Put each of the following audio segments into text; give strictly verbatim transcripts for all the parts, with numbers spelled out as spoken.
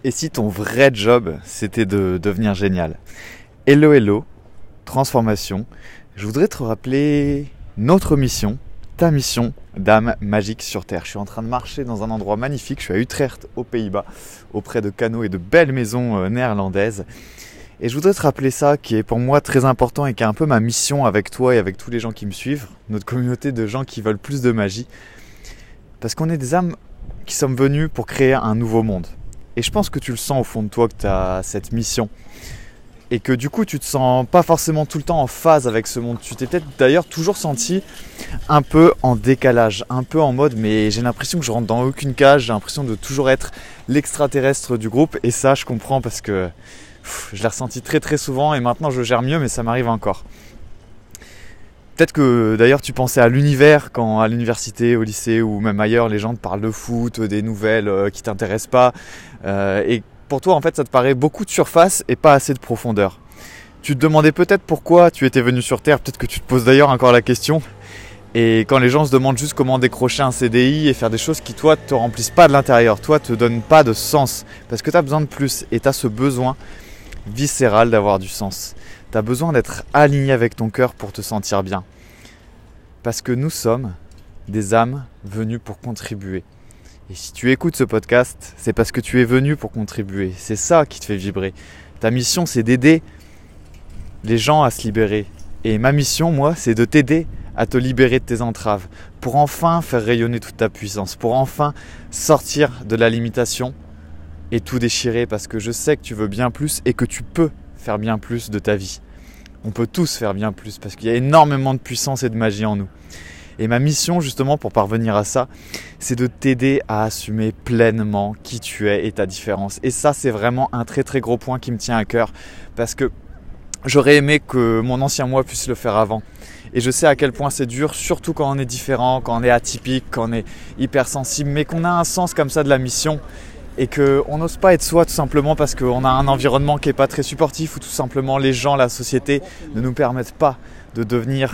Et si ton vrai job, c'était de devenir génial? Hello, hello, transformation. Je voudrais te rappeler notre mission, ta mission d'âme magique sur Terre. Je suis en train de marcher dans un endroit magnifique. Je suis à Utrecht, aux Pays-Bas, auprès de canaux et de belles maisons euh, néerlandaises. Et je voudrais te rappeler ça, qui est pour moi très important et qui est un peu ma mission avec toi et avec tous les gens qui me suivent, notre communauté de gens qui veulent plus de magie. Parce qu'on est des âmes qui sommes venus pour créer un nouveau monde. Et je pense que tu le sens au fond de toi que tu as cette mission. Et que du coup, tu te sens pas forcément tout le temps en phase avec ce monde. Tu t'es peut-être d'ailleurs toujours senti un peu en décalage, un peu en mode mais j'ai l'impression que je rentre dans aucune cage, j'ai l'impression de toujours être l'extraterrestre du groupe. Et ça, je comprends parce que pff, je l'ai ressenti très très souvent et maintenant je gère mieux, mais ça m'arrive encore. Peut-être que d'ailleurs tu pensais à l'univers quand à l'université, au lycée ou même ailleurs, les gens te parlent de foot, des nouvelles euh, qui t'intéressent pas. Euh, et pour toi, en fait, ça te paraît beaucoup de surface et pas assez de profondeur. Tu te demandais peut-être pourquoi tu étais venu sur Terre, peut-être que tu te poses d'ailleurs encore la question. Et quand les gens se demandent juste comment décrocher un C D I et faire des choses qui, toi, te remplissent pas de l'intérieur, toi, te donnent pas de sens, parce que tu as besoin de plus et tu as ce besoin viscéral d'avoir du sens. Tu as besoin d'être aligné avec ton cœur pour te sentir bien. Parce que nous sommes des âmes venues pour contribuer. Et si tu écoutes ce podcast, c'est parce que tu es venu pour contribuer. C'est ça qui te fait vibrer. Ta mission, c'est d'aider les gens à se libérer. Et ma mission, moi, c'est de t'aider à te libérer de tes entraves. Pour enfin faire rayonner toute ta puissance. Pour enfin sortir de la limitation et tout déchirer. Parce que je sais que tu veux bien plus et que tu peux faire bien plus de ta vie. On peut tous faire bien plus parce qu'il y a énormément de puissance et de magie en nous. Et ma mission justement pour parvenir à ça, c'est de t'aider à assumer pleinement qui tu es et ta différence. Et ça, c'est vraiment un très très gros point qui me tient à cœur parce que j'aurais aimé que mon ancien moi puisse le faire avant. Et je sais à quel point c'est dur, surtout quand on est différent, quand on est atypique, quand on est hypersensible, mais qu'on a un sens comme ça de la mission et qu'on n'ose pas être soi tout simplement parce qu'on a un environnement qui n'est pas très supportif ou tout simplement les gens, la société ne nous permettent pas de devenir,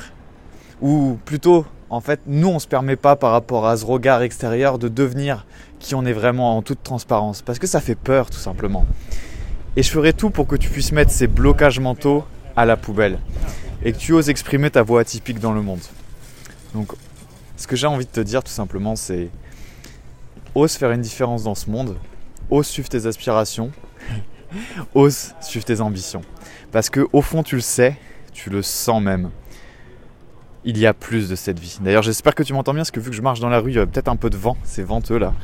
ou plutôt en fait nous on ne se permet pas par rapport à ce regard extérieur de devenir qui on est vraiment en toute transparence parce que ça fait peur tout simplement. Et je ferai tout pour que tu puisses mettre ces blocages mentaux à la poubelle et que tu oses exprimer ta voix atypique dans le monde. Donc ce que j'ai envie de te dire tout simplement c'est ose faire une différence dans ce monde, ose suivre tes aspirations, ose suivre tes ambitions. Parce qu'au fond, tu le sais, tu le sens même. Il y a plus de cette vie. D'ailleurs, j'espère que tu m'entends bien, parce que vu que je marche dans la rue, il y a peut-être un peu de vent, c'est venteux là.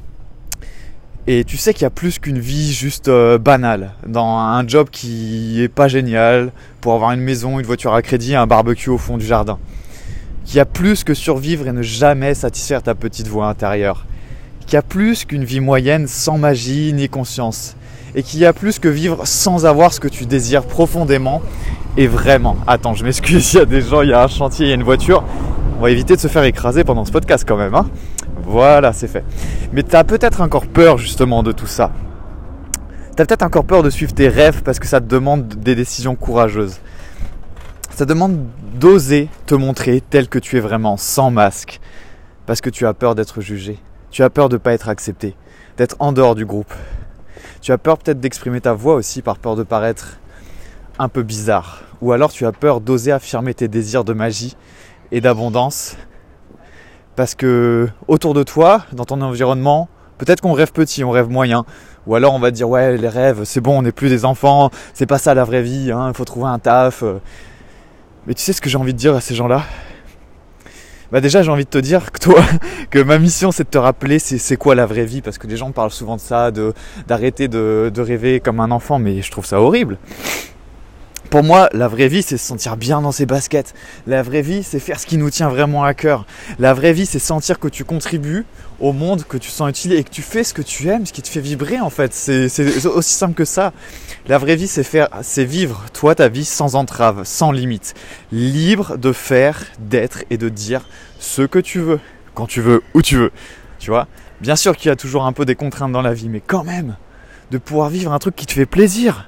Et tu sais qu'il y a plus qu'une vie juste euh, banale, dans un job qui est pas génial, pour avoir une maison, une voiture à crédit et un barbecue au fond du jardin. Qu'il y a plus que survivre et ne jamais satisfaire ta petite voix intérieure. Qu'il y a plus qu'une vie moyenne sans magie ni conscience. Et qu'il y a plus que vivre sans avoir ce que tu désires profondément et vraiment. Attends, je m'excuse, il y a des gens, il y a un chantier, il y a une voiture. On va éviter de se faire écraser pendant ce podcast quand même. Hein, voilà, c'est fait. Mais tu as peut-être encore peur justement de tout ça. Tu as peut-être encore peur de suivre tes rêves parce que ça te demande des décisions courageuses. Ça demande d'oser te montrer tel que tu es vraiment, sans masque. Parce que tu as peur d'être jugé. Tu as peur de ne pas être accepté, d'être en dehors du groupe. Tu as peur peut-être d'exprimer ta voix aussi par peur de paraître un peu bizarre. Ou alors tu as peur d'oser affirmer tes désirs de magie et d'abondance. Parce que autour de toi, dans ton environnement, peut-être qu'on rêve petit, on rêve moyen. Ou alors on va te dire ouais les rêves, c'est bon, on n'est plus des enfants, c'est pas ça la vraie vie, hein, il faut trouver un taf. Mais tu sais ce que j'ai envie de dire à ces gens-là ? Bah déjà j'ai envie de te dire que toi, que ma mission c'est de te rappeler c'est, c'est quoi la vraie vie parce que les gens parlent souvent de ça, de, d'arrêter de, de rêver comme un enfant mais je trouve ça horrible. Pour moi, la vraie vie, c'est se sentir bien dans ses baskets. La vraie vie, c'est faire ce qui nous tient vraiment à cœur. La vraie vie, c'est sentir que tu contribues au monde, que tu sens utile et que tu fais ce que tu aimes, ce qui te fait vibrer en fait. C'est, c'est aussi simple que ça. La vraie vie, c'est faire, c'est vivre toi ta vie sans entrave, sans limite, libre de faire, d'être et de dire ce que tu veux, quand tu veux, où tu veux. Tu vois ? Bien sûr qu'il y a toujours un peu des contraintes dans la vie, mais quand même, de pouvoir vivre un truc qui te fait plaisir.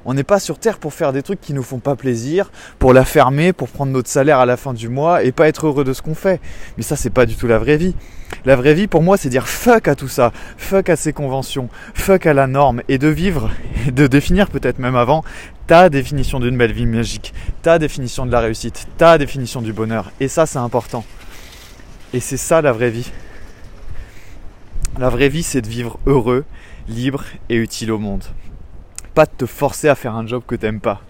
On n'est pas sur Terre pour faire des trucs qui nous font pas plaisir, pour la fermer, pour prendre notre salaire à la fin du mois et pas être heureux de ce qu'on fait. Mais ça, c'est pas du tout la vraie vie. La vraie vie, pour moi, c'est dire fuck à tout ça, fuck à ces conventions, fuck à la norme et de vivre, et de définir peut-être même avant ta définition d'une belle vie magique, ta définition de la réussite, ta définition du bonheur. Et ça, c'est important. Et c'est ça la vraie vie. La vraie vie, c'est de vivre heureux, libre et utile au monde. Pas de te forcer à faire un job que t'aimes pas.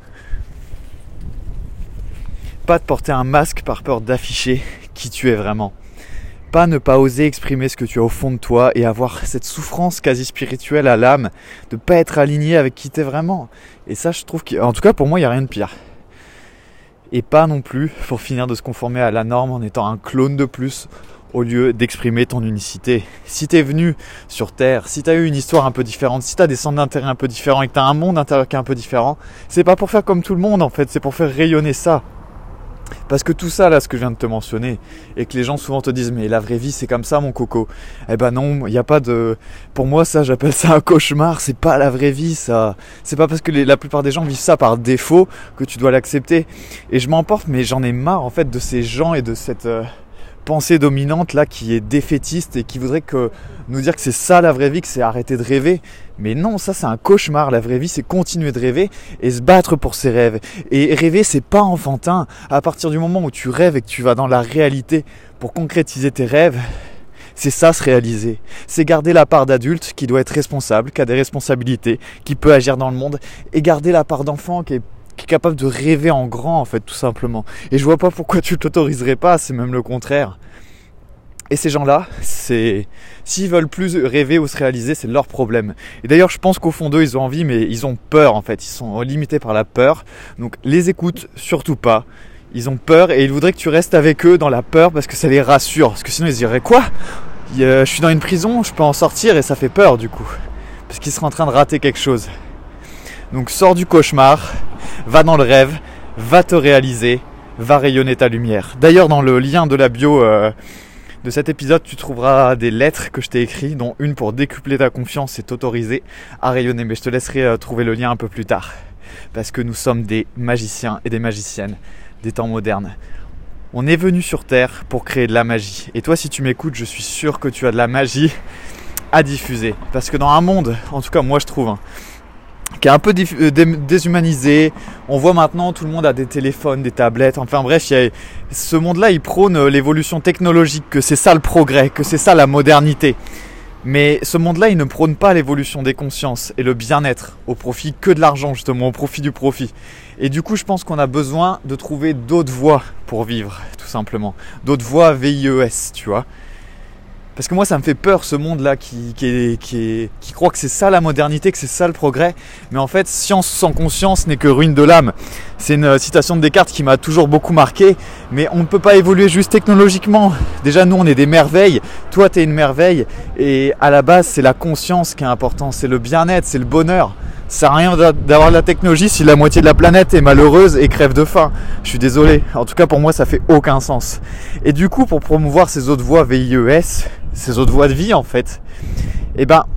Pas de porter un masque par peur d'afficher qui tu es vraiment. Pas ne pas oser exprimer ce que tu as au fond de toi et avoir cette souffrance quasi spirituelle à l'âme de pas être aligné avec qui t'es vraiment. Et ça, je trouve qu'en tout cas pour moi, il n'y a rien de pire. Et pas non plus pour finir de se conformer à la norme en étant un clone de plus au lieu d'exprimer ton unicité. Si t'es venu sur Terre, si t'as eu une histoire un peu différente, si t'as des centres d'intérêt un peu différents et que t'as un monde intérieur qui est un peu différent, c'est pas pour faire comme tout le monde en fait, c'est pour faire rayonner ça. Parce que tout ça là, ce que je viens de te mentionner, et que les gens souvent te disent mais la vraie vie c'est comme ça mon coco. Eh ben non, il n'y a pas de... Pour moi ça, j'appelle ça un cauchemar, c'est pas la vraie vie ça. C'est pas parce que les... la plupart des gens vivent ça par défaut que tu dois l'accepter. Et je m'emporte, mais j'en ai marre en fait de ces gens et de cette... Euh... pensée dominante là qui est défaitiste et qui voudrait que nous dire que c'est ça la vraie vie, que c'est arrêter de rêver. Mais non, ça c'est un cauchemar. La vraie vie c'est continuer de rêver et se battre pour ses rêves. Et rêver c'est pas enfantin. À partir du moment où tu rêves et que tu vas dans la réalité pour concrétiser tes rêves, c'est ça se réaliser. C'est garder la part d'adulte qui doit être responsable, qui a des responsabilités, qui peut agir dans le monde, et garder la part d'enfant qui est qui est capable de rêver en grand en fait tout simplement. Et je vois pas pourquoi tu t'autoriserais pas, c'est même le contraire. Et ces gens-là, c'est s'ils veulent plus rêver ou se réaliser, c'est leur problème. Et d'ailleurs, je pense qu'au fond d'eux, ils ont envie, mais ils ont peur en fait. Ils sont limités par la peur. Donc les écoute surtout pas. Ils ont peur et ils voudraient que tu restes avec eux dans la peur parce que ça les rassure. Parce que sinon ils se diraient quoi ? Je suis dans une prison, je peux en sortir et ça fait peur du coup. Parce qu'ils seraient en train de rater quelque chose. Donc sors du cauchemar. Va dans le rêve, va te réaliser, va rayonner ta lumière. D'ailleurs, dans le lien de la bio euh, de cet épisode, tu trouveras des lettres que je t'ai écrites, dont une pour décupler ta confiance et t'autoriser à rayonner. Mais je te laisserai euh, trouver le lien un peu plus tard. Parce que nous sommes des magiciens et des magiciennes des temps modernes. On est venu sur Terre pour créer de la magie. Et toi, si tu m'écoutes, je suis sûr que tu as de la magie à diffuser. Parce que dans un monde, en tout cas moi je trouve... Hein, qui est un peu déshumanisé. On voit maintenant tout le monde a des téléphones, des tablettes. Enfin bref, il y a... ce monde-là, il prône l'évolution technologique, que c'est ça le progrès, que c'est ça la modernité. Mais ce monde-là, il ne prône pas l'évolution des consciences et le bien-être au profit que de l'argent justement, au profit du profit. Et du coup, je pense qu'on a besoin de trouver d'autres voies pour vivre, tout simplement. D'autres voies V I E S, tu vois. Parce que moi, ça me fait peur, ce monde-là qui, qui, est, qui, est, qui croit que c'est ça la modernité, que c'est ça le progrès. Mais en fait, science sans conscience n'est que ruine de l'âme. C'est une citation de Descartes qui m'a toujours beaucoup marqué. Mais on ne peut pas évoluer juste technologiquement. Déjà, nous, on est des merveilles. Toi, tu es une merveille. Et à la base, c'est la conscience qui est importante. C'est le bien-être, c'est le bonheur. Ça sert à rien d'avoir de la technologie si la moitié de la planète est malheureuse et crève de faim. Je suis désolé. En tout cas, pour moi, ça fait aucun sens. Et du coup, pour promouvoir ces autres voies V I E S, ces autres voies de vie en fait, eh ben,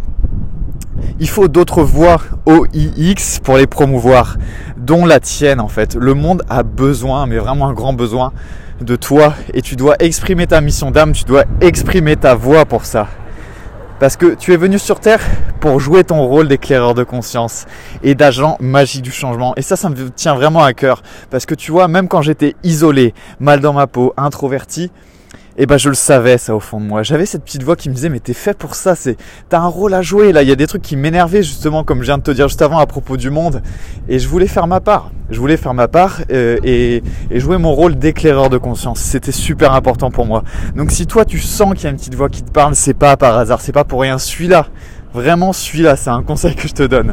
il faut d'autres voies O I X pour les promouvoir, dont la tienne en fait. Le monde a besoin, mais vraiment un grand besoin de toi, et tu dois exprimer ta mission d'âme, tu dois exprimer ta voix pour ça. Parce que tu es venu sur Terre pour jouer ton rôle d'éclaireur de conscience et d'agent magique du changement. Et ça, ça me tient vraiment à cœur. Parce que tu vois, même quand j'étais isolé, mal dans ma peau, introverti, eh ben je le savais ça au fond de moi. J'avais cette petite voix qui me disait mais t'es fait pour ça, c'est t'as un rôle à jouer là. Il y a des trucs qui m'énervaient justement, comme je viens de te dire juste avant à propos du monde. Et je voulais faire ma part. Je voulais faire ma part euh, et, et jouer mon rôle d'éclaireur de conscience. C'était super important pour moi. Donc si toi tu sens qu'il y a une petite voix qui te parle, c'est pas par hasard, c'est pas pour rien. Suis-là, vraiment suis-là. C'est un conseil que je te donne.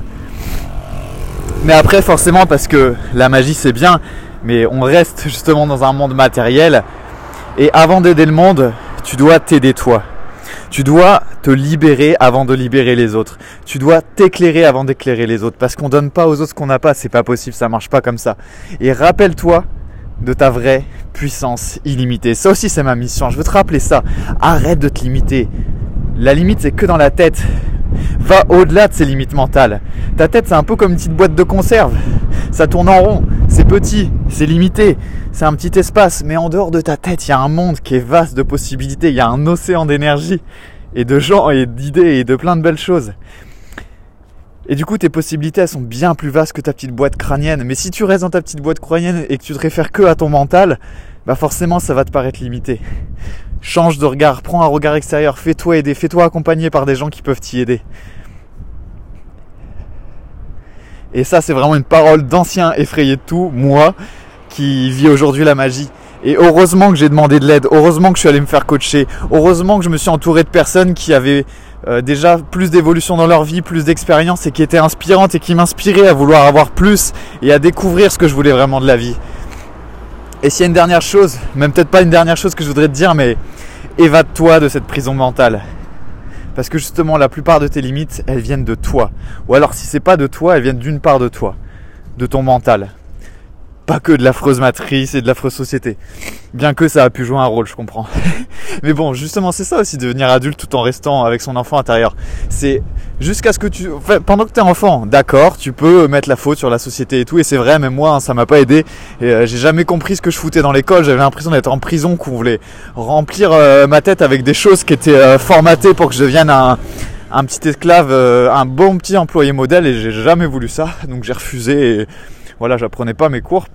Mais après forcément, parce que la magie c'est bien, mais on reste justement dans un monde matériel. Et avant d'aider le monde, tu dois t'aider toi. Tu dois te libérer avant de libérer les autres. Tu dois t'éclairer avant d'éclairer les autres. Parce qu'on donne pas aux autres ce qu'on n'a pas, c'est pas possible, ça marche pas comme ça. Et rappelle-toi de ta vraie puissance illimitée. Ça aussi c'est ma mission, je veux te rappeler ça. Arrête de te limiter. La limite c'est que dans la tête. Va au-delà de ces limites mentales. Ta tête, c'est un peu comme une petite boîte de conserve. Ça tourne en rond, c'est petit, c'est limité, c'est un petit espace. Mais en dehors de ta tête, il y a un monde qui est vaste de possibilités. Il y a un océan d'énergie et de gens et d'idées et de plein de belles choses. Et du coup, tes possibilités, elles sont bien plus vastes que ta petite boîte crânienne. Mais si tu restes dans ta petite boîte crânienne et que tu te réfères que à ton mental, bah forcément, ça va te paraître limité. Change de regard, prends un regard extérieur, fais-toi aider, fais-toi accompagner par des gens qui peuvent t'y aider. Et ça, c'est vraiment une parole d'ancien effrayé de tout, moi, qui vis aujourd'hui la magie. Et heureusement que j'ai demandé de l'aide, heureusement que je suis allé me faire coacher, heureusement que je me suis entouré de personnes qui avaient euh, déjà plus d'évolution dans leur vie, plus d'expérience et qui étaient inspirantes et qui m'inspiraient à vouloir avoir plus et à découvrir ce que je voulais vraiment de la vie. Et s'il y a une dernière chose, même peut-être pas une dernière chose que je voudrais te dire, mais évade-toi de cette prison mentale. Parce que justement, la plupart de tes limites, elles viennent de toi. Ou alors, si c'est pas de toi, elles viennent d'une part de toi, de ton mental. Pas que de l'affreuse matrice et de l'affreuse société. Bien que ça a pu jouer un rôle, je comprends. Mais bon, justement, c'est ça aussi, devenir adulte tout en restant avec son enfant intérieur. C'est jusqu'à ce que tu... Enfin, pendant que t'es enfant, d'accord, tu peux mettre la faute sur la société et tout. Et c'est vrai, même moi, hein, ça m'a pas aidé. Et euh, j'ai jamais compris ce que je foutais dans l'école. J'avais l'impression d'être en prison, qu'on voulait remplir euh, ma tête avec des choses qui étaient euh, formatées pour que je devienne un... un petit esclave, euh, un bon petit employé modèle. Et j'ai jamais voulu ça. Donc j'ai refusé et... Voilà, j'apprenais pas mes cours.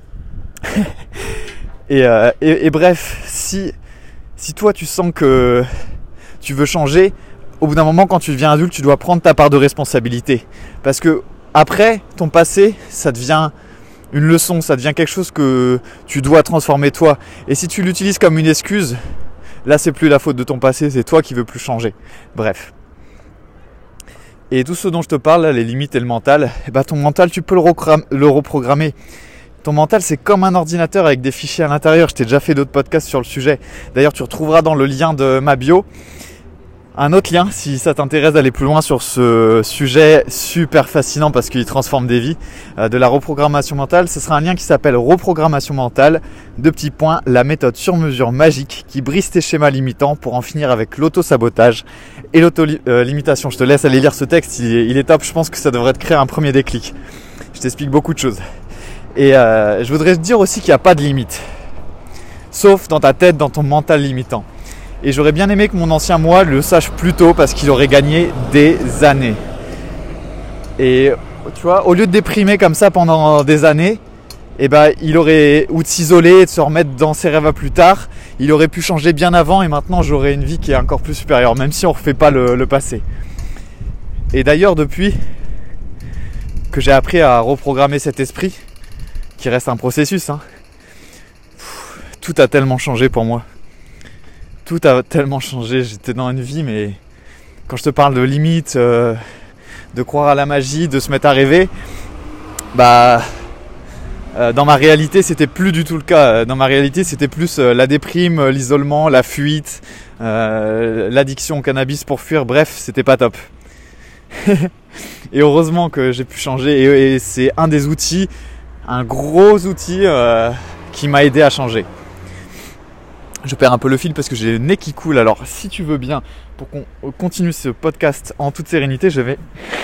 et, euh, et, et bref, si, si toi tu sens que tu veux changer, au bout d'un moment, quand tu deviens adulte, tu dois prendre ta part de responsabilité. Parce que après, ton passé, ça devient une leçon, ça devient quelque chose que tu dois transformer toi. Et si tu l'utilises comme une excuse, là c'est plus la faute de ton passé, c'est toi qui veux plus changer. Bref. Et tout ce dont je te parle, les limites et le mental, eh ben ton mental, tu peux le, recram- le reprogrammer. Ton mental, c'est comme un ordinateur avec des fichiers à l'intérieur. Je t'ai déjà fait d'autres podcasts sur le sujet. D'ailleurs, tu retrouveras dans le lien de ma bio un autre lien si ça t'intéresse d'aller plus loin sur ce sujet super fascinant parce qu'il transforme des vies, euh, de la reprogrammation mentale. Ce sera un lien qui s'appelle Reprogrammation mentale, deux petits points, la méthode sur mesure magique qui brise tes schémas limitants pour en finir avec l'auto-sabotage et l'auto-limitation. Je te laisse aller lire ce texte, il est, il est top, je pense que ça devrait te créer un premier déclic. Je t'explique beaucoup de choses. Et euh, je voudrais te dire aussi qu'il n'y a pas de limite, sauf dans ta tête, dans ton mental limitant. Et j'aurais bien aimé que mon ancien moi le sache plus tôt parce qu'il aurait gagné des années. Et tu vois, au lieu de déprimer comme ça pendant des années, eh ben, il aurait, ou de s'isoler et de se remettre dans ses rêves à plus tard, il aurait pu changer bien avant et maintenant j'aurais une vie qui est encore plus supérieure, même si on ne refait pas le, le passé. Et d'ailleurs, depuis que j'ai appris à reprogrammer cet esprit, qui reste un processus, hein, pff, tout a tellement changé pour moi. Tout a tellement changé, j'étais dans une vie, mais quand je te parle de limites, euh, de croire à la magie, de se mettre à rêver, bah euh, dans ma réalité c'était plus du tout le cas. Dans ma réalité c'était plus euh, la déprime, l'isolement, la fuite, euh, l'addiction au cannabis pour fuir, bref, c'était pas top. Et heureusement que j'ai pu changer et, et c'est un des outils, un gros outil euh, qui m'a aidé à changer. Je perds un peu le fil parce que j'ai le nez qui coule. Alors si tu veux bien, pour qu'on continue ce podcast en toute sérénité, je vais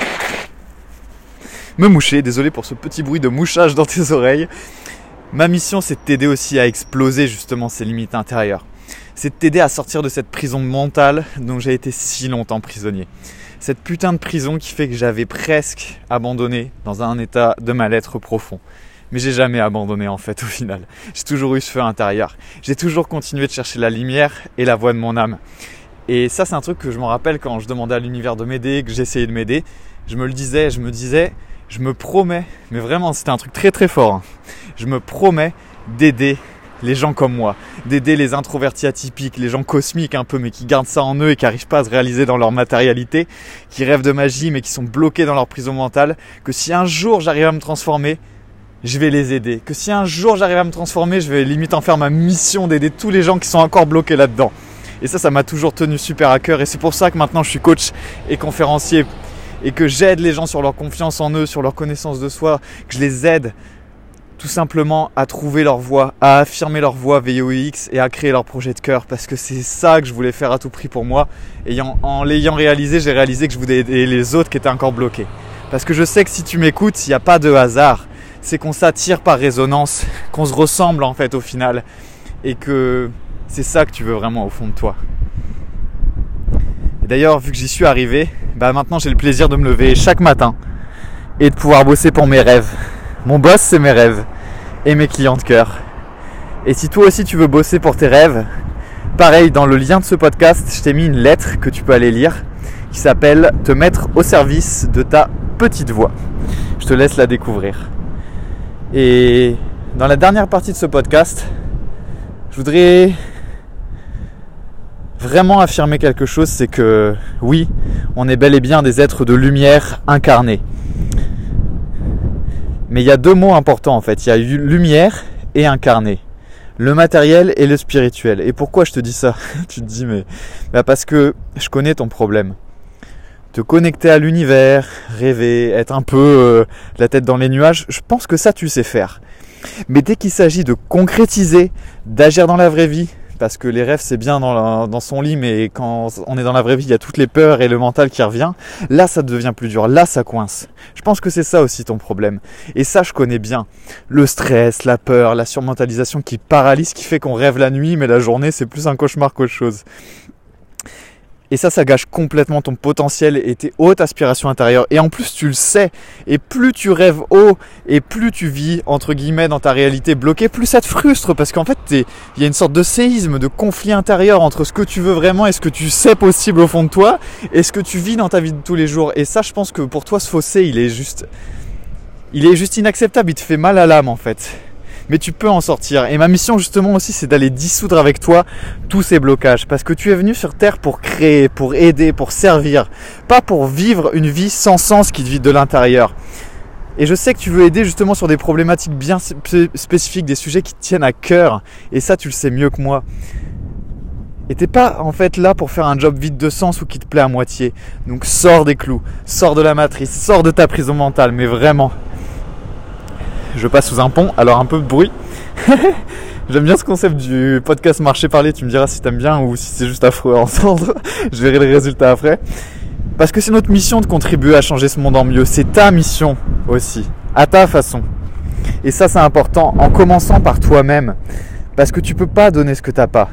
me moucher. Désolé pour ce petit bruit de mouchage dans tes oreilles. Ma mission, c'est de t'aider aussi à exploser justement ces limites intérieures. C'est de t'aider à sortir de cette prison mentale dont j'ai été si longtemps prisonnier. Cette putain de prison qui fait que j'avais presque abandonné dans un état de mal-être profond. Mais j'ai jamais abandonné en fait au final. J'ai toujours eu ce feu intérieur. J'ai toujours continué de chercher la lumière et la voix de mon âme. Et ça, c'est un truc que je me rappelle quand je demandais à l'univers de m'aider, que j'essayais de m'aider. Je me le disais, je me disais, je me promets, mais vraiment c'était un truc très très fort. Hein. Je me promets d'aider les gens comme moi, d'aider les introvertis atypiques, les gens cosmiques un peu, mais qui gardent ça en eux et qui n'arrivent pas à se réaliser dans leur matérialité, qui rêvent de magie mais qui sont bloqués dans leur prison mentale. Que si un jour j'arrive à me transformer, je vais les aider. Que si un jour j'arrive à me transformer, je vais limite en faire ma mission d'aider tous les gens qui sont encore bloqués là-dedans. Et ça, ça m'a toujours tenu super à cœur. Et c'est pour ça que maintenant je suis coach et conférencier et que j'aide les gens sur leur confiance en eux, sur leur connaissance de soi, que je les aide tout simplement à trouver leur voie, à affirmer leur voie V O X et à créer leur projet de cœur, parce que c'est ça que je voulais faire à tout prix pour moi. Et en, en l'ayant réalisé, j'ai réalisé que je voulais aider les autres qui étaient encore bloqués. Parce que je sais que si tu m'écoutes, il n'y a pas de hasard. C'est qu'on s'attire par résonance, qu'on se ressemble en fait au final. Et que c'est ça que tu veux vraiment au fond de toi. Et d'ailleurs, vu que j'y suis arrivé, bah maintenant j'ai le plaisir de me lever chaque matin et de pouvoir bosser pour mes rêves. Mon boss, c'est mes rêves et mes clients de cœur. Et si toi aussi tu veux bosser pour tes rêves, pareil, dans le lien de ce podcast, je t'ai mis une lettre que tu peux aller lire qui s'appelle « Te mettre au service de ta petite voix ». Je te laisse la découvrir. Et dans la dernière partie de ce podcast, je voudrais vraiment affirmer quelque chose, c'est que oui, on est bel et bien des êtres de lumière incarnés. Mais il y a deux mots importants en fait, il y a lumière et incarné. Le matériel et le spirituel. Et pourquoi je te dis ça ? Tu te dis mais bah parce que je connais ton problème. Te connecter à l'univers, rêver, être un peu euh, la tête dans les nuages, je pense que ça tu sais faire. Mais dès qu'il s'agit de concrétiser, d'agir dans la vraie vie, parce que les rêves c'est bien dans, la, dans son lit, mais quand on est dans la vraie vie, il y a toutes les peurs et le mental qui revient. Là, ça devient plus dur. Là, ça coince. Je pense que c'est ça aussi ton problème. Et ça, je connais bien. Le stress, la peur, la surmentalisation qui paralyse, qui fait qu'on rêve la nuit, mais la journée, c'est plus un cauchemar qu'autre chose. Et ça, ça gâche complètement ton potentiel et tes hautes aspirations intérieures. Et en plus, tu le sais. Et plus tu rêves haut et plus tu vis, entre guillemets, dans ta réalité bloquée, plus ça te frustre. Parce qu'en fait, il y a une sorte de séisme, de conflit intérieur entre ce que tu veux vraiment et ce que tu sais possible au fond de toi et ce que tu vis dans ta vie de tous les jours. Et ça, je pense que pour toi, ce fossé, il est juste, il est juste inacceptable. Il te fait mal à l'âme, en fait. Mais tu peux en sortir. Et ma mission justement aussi, c'est d'aller dissoudre avec toi tous ces blocages. Parce que tu es venu sur Terre pour créer, pour aider, pour servir. Pas pour vivre une vie sans sens qui te vide de l'intérieur. Et je sais que tu veux aider justement sur des problématiques bien spécifiques, des sujets qui te tiennent à cœur. Et ça, tu le sais mieux que moi. Et t'es pas en fait là pour faire un job vide de sens ou qui te plaît à moitié. Donc sors des clous, sors de la matrice, sors de ta prison mentale. Mais vraiment... Je passe sous un pont, alors un peu de bruit. J'aime bien ce concept du podcast marcher parler. Tu me diras si t'aimes bien ou si c'est juste affreux à entendre. Je verrai les résultats après. Parce que c'est notre mission de contribuer à changer ce monde en mieux. C'est ta mission aussi, à ta façon. Et ça, c'est important, en commençant par toi-même. Parce que tu peux pas donner ce que t'as pas.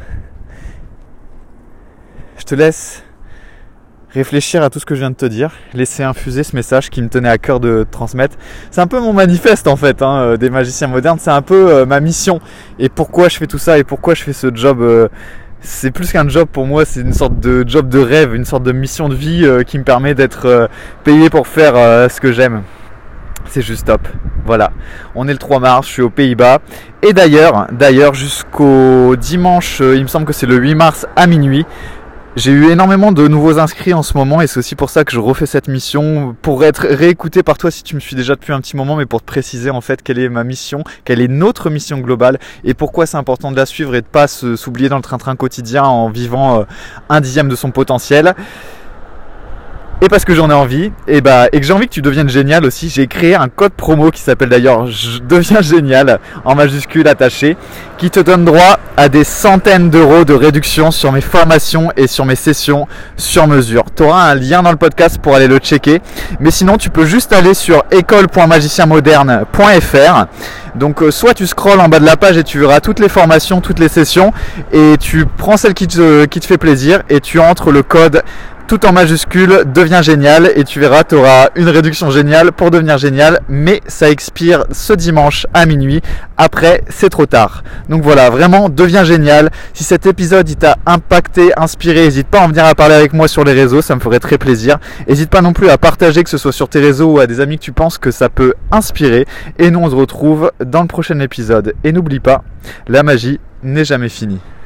Je te laisse réfléchir à tout ce que je viens de te dire, laisser infuser ce message qui me tenait à cœur de transmettre. C'est un peu mon manifeste en fait, hein, des magiciens modernes, c'est un peu euh, ma mission et pourquoi je fais tout ça et pourquoi je fais ce job. Euh, c'est plus qu'un job pour moi, c'est une sorte de job de rêve, une sorte de mission de vie euh, qui me permet d'être euh, payé pour faire euh, ce que j'aime. C'est juste top. Voilà, on est le trois mars, je suis aux Pays-Bas. Et d'ailleurs, d'ailleurs jusqu'au dimanche, euh, il me semble que c'est le huit mars à minuit, j'ai eu énormément de nouveaux inscrits en ce moment et c'est aussi pour ça que je refais cette mission, pour être réécouté par toi si tu me suis déjà depuis un petit moment, mais pour te préciser en fait quelle est ma mission, quelle est notre mission globale et pourquoi c'est important de la suivre et de pas se, s'oublier dans le train-train quotidien en vivant euh, un dixième de son potentiel. Et parce que j'en ai envie, et bah et que j'ai envie que tu deviennes génial aussi, j'ai créé un code promo qui s'appelle d'ailleurs Je deviens génial en majuscule attaché, qui te donne droit à des centaines d'euros de réduction sur mes formations et sur mes sessions sur mesure. Tu auras un lien dans le podcast pour aller le checker, mais sinon tu peux juste aller sur école point magicien moderne point f r. Donc euh, soit tu scrolles en bas de la page et tu verras toutes les formations, toutes les sessions, et tu prends celle qui te, qui te fait plaisir et tu entres le code tout en majuscule, deviens génial, et tu verras, tu auras une réduction géniale pour devenir génial, mais ça expire ce dimanche à minuit. Après, c'est trop tard. Donc voilà, vraiment, deviens génial. Si cet épisode il t'a impacté, inspiré, n'hésite pas à en venir à parler avec moi sur les réseaux, ça me ferait très plaisir. N'hésite pas non plus à partager, que ce soit sur tes réseaux ou à des amis que tu penses que ça peut inspirer. Et nous, on se retrouve dans le prochain épisode. Et n'oublie pas, la magie n'est jamais finie.